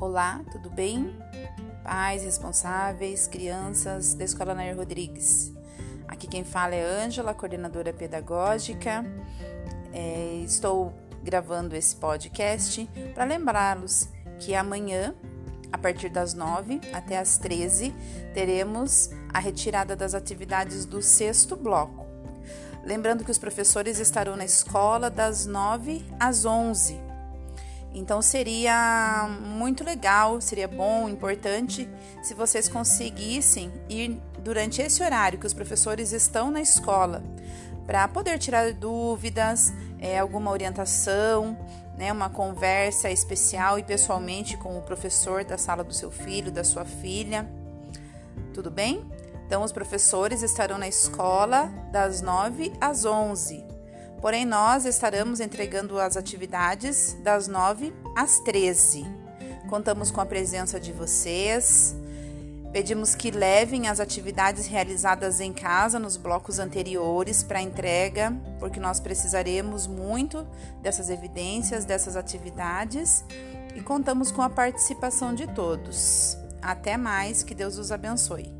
Olá, tudo bem? Pais, responsáveis, crianças da Escola Nair Rodrigues. Aqui quem fala é Ângela, coordenadora pedagógica. Estou gravando esse podcast para lembrá-los que amanhã, a partir das 9 até as 13, teremos a retirada das atividades do 6º bloco. Lembrando que os professores estarão na escola das 9 às 11. Então seria muito legal, seria bom, importante, se vocês conseguissem ir durante esse horário que os professores estão na escola, para poder tirar dúvidas, alguma orientação, uma conversa especial e pessoalmente com o professor da sala do seu filho, da sua filha. Tudo bem? Então os professores estarão na escola das 9 às 11. Porém, nós estaremos entregando as atividades das 9 às 13. Contamos com a presença de vocês. Pedimos que levem as atividades realizadas em casa nos blocos anteriores para entrega, porque nós precisaremos muito dessas evidências, dessas atividades, e contamos com a participação de todos. Até mais, que Deus os abençoe.